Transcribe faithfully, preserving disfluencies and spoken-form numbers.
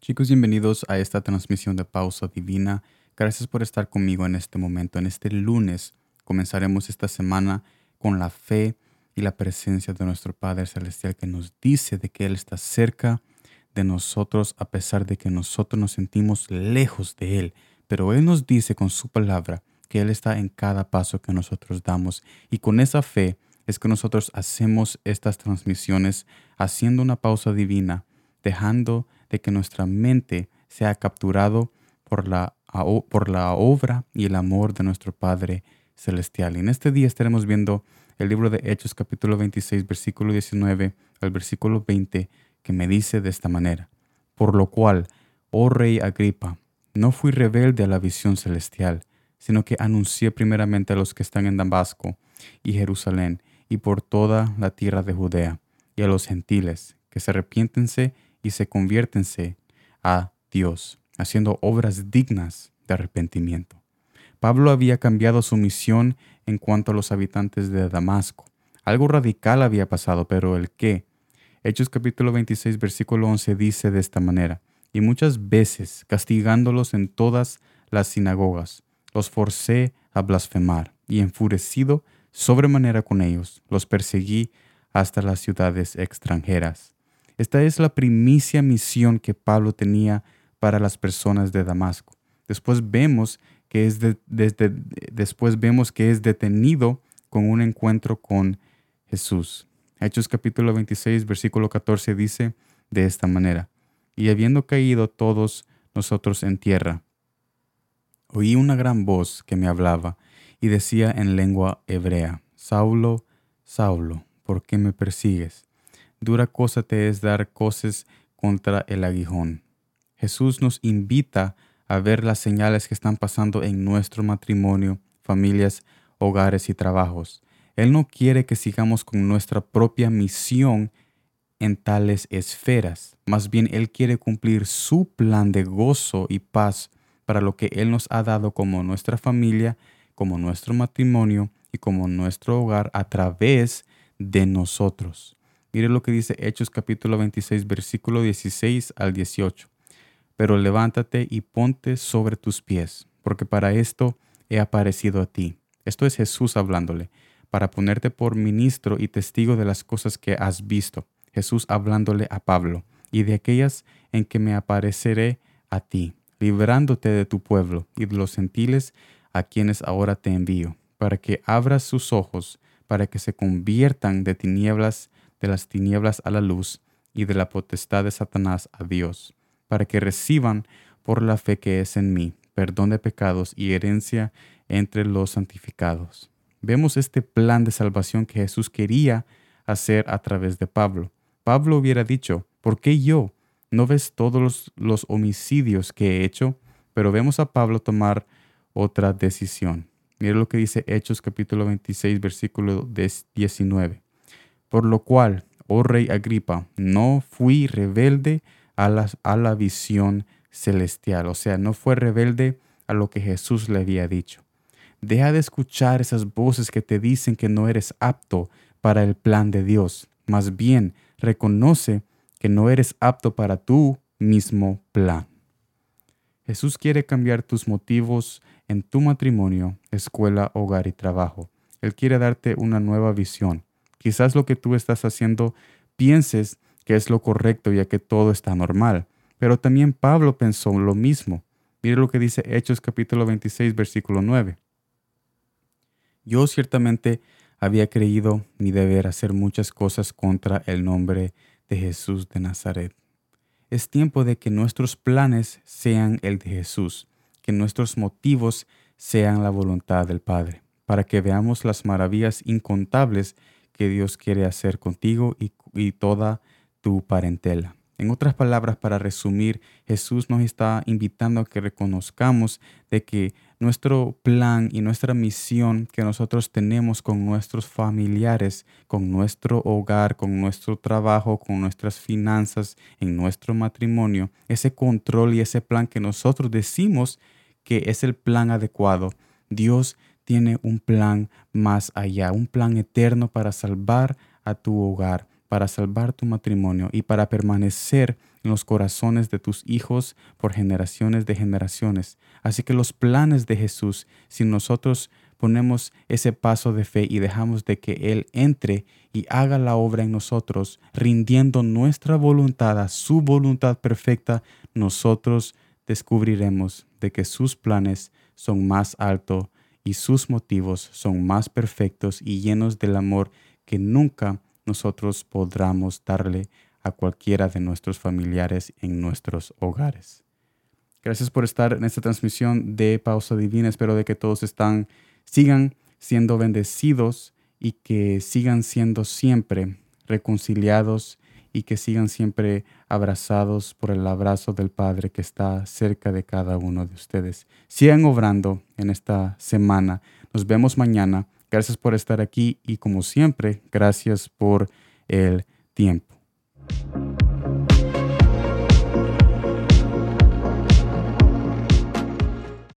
Chicos, bienvenidos a esta transmisión de Pausa Divina. Gracias por estar conmigo en este momento. En este lunes comenzaremos esta semana con la fe y la presencia de nuestro Padre Celestial, que nos dice de que Él está cerca de nosotros a pesar de que nosotros nos sentimos lejos de Él. Pero Él nos dice con su palabra que Él está en cada paso que nosotros damos. Y con esa fe es que nosotros hacemos estas transmisiones haciendo una pausa divina, dejando de que nuestra mente sea capturado por la, por la obra y el amor de nuestro Padre Celestial. Y en este día estaremos viendo el libro de Hechos capítulo veintiséis, versículo diecinueve al versículo veinte, que me dice de esta manera: Por lo cual, oh Rey Agripa, no fui rebelde a la visión celestial, sino que anuncié primeramente a los que están en Damasco y Jerusalén y por toda la tierra de Judea, y a los gentiles, que se arrepiéntense y se conviértense a Dios, haciendo obras dignas de arrepentimiento. Pablo había cambiado su misión en cuanto a los habitantes de Damasco. Algo radical había pasado, pero ¿el qué? Hechos capítulo veintiséis, versículo once dice de esta manera: Y muchas veces, castigándolos en todas las sinagogas, los forcé a blasfemar, y enfurecido sobremanera con ellos, los perseguí hasta las ciudades extranjeras. Esta es la primicia misión que Pablo tenía para las personas de Damasco. Después vemos que es, de, desde, después vemos que es detenido con un encuentro con Jesús. Hechos capítulo veintiséis, versículo catorce dice de esta manera: Y habiendo caído todos nosotros en tierra, oí una gran voz que me hablaba y decía en lengua hebrea: Saulo, Saulo, ¿por qué me persigues? Dura cosa te es dar coces contra el aguijón. Jesús nos invita a ver las señales que están pasando en nuestro matrimonio, familias, hogares y trabajos. Él no quiere que sigamos con nuestra propia misión en tales esferas. Más bien, Él quiere cumplir su plan de gozo y paz para lo que Él nos ha dado como nuestra familia, como nuestro matrimonio y como nuestro hogar a través de nosotros. Mire lo que dice Hechos capítulo veintiséis, versículo dieciséis al dieciocho. Pero levántate y ponte sobre tus pies, porque para esto he aparecido a ti. Esto es Jesús hablándole, para ponerte por ministro y testigo de las cosas que has visto. Jesús hablándole a Pablo, y de aquellas en que me apareceré a ti, librándote de tu pueblo y de los gentiles a quienes ahora te envío, para que abras sus ojos, para que se conviertan de tinieblas de las tinieblas a la luz y de la potestad de Satanás a Dios, para que reciban por la fe que es en mí perdón de pecados y herencia entre los santificados. Vemos este plan de salvación que Jesús quería hacer a través de Pablo. Pablo hubiera dicho: ¿por qué yo? ¿No ves todos los, los homicidios que he hecho? Pero vemos a Pablo tomar otra decisión. Mira lo que dice Hechos capítulo veintiséis, versículo diecinueve. Por lo cual, oh Rey Agripa, no fui rebelde a la, a la visión celestial. O sea, no fue rebelde a lo que Jesús le había dicho. Deja de escuchar esas voces que te dicen que no eres apto para el plan de Dios. Más bien, reconoce que no eres apto para tu mismo plan. Jesús quiere cambiar tus motivos en tu matrimonio, escuela, hogar y trabajo. Él quiere darte una nueva visión. Quizás lo que tú estás haciendo pienses que es lo correcto ya que todo está normal. Pero también Pablo pensó lo mismo. Mire lo que dice Hechos capítulo veintiséis, versículo nueve. Yo ciertamente había creído mi deber hacer muchas cosas contra el nombre de Jesús de Nazaret. Es tiempo de que nuestros planes sean el de Jesús, que nuestros motivos sean la voluntad del Padre, para que veamos las maravillas incontables que Dios quiere hacer contigo y, y toda tu parentela. En otras palabras, para resumir, Jesús nos está invitando a que reconozcamos de que nuestro plan y nuestra misión que nosotros tenemos con nuestros familiares, con nuestro hogar, con nuestro trabajo, con nuestras finanzas, en nuestro matrimonio, ese control y ese plan que nosotros decimos que es el plan adecuado, Dios tiene un plan más allá, un plan eterno para salvar a tu hogar, para salvar tu matrimonio y para permanecer en los corazones de tus hijos por generaciones de generaciones. Así que los planes de Jesús, si nosotros ponemos ese paso de fe y dejamos de que Él entre y haga la obra en nosotros, rindiendo nuestra voluntad a su voluntad perfecta, nosotros descubriremos de que sus planes son más altos y sus motivos son más perfectos y llenos del amor que nunca nosotros podamos darle a cualquiera de nuestros familiares en nuestros hogares. Gracias por estar en esta transmisión de Pausa Divina. Espero de que todos están, sigan siendo bendecidos y que sigan siendo siempre reconciliados y que sigan siempre abrazados por el abrazo del Padre que está cerca de cada uno de ustedes. Sigan obrando en esta semana. Nos vemos mañana. Gracias por estar aquí y como siempre, gracias por el tiempo.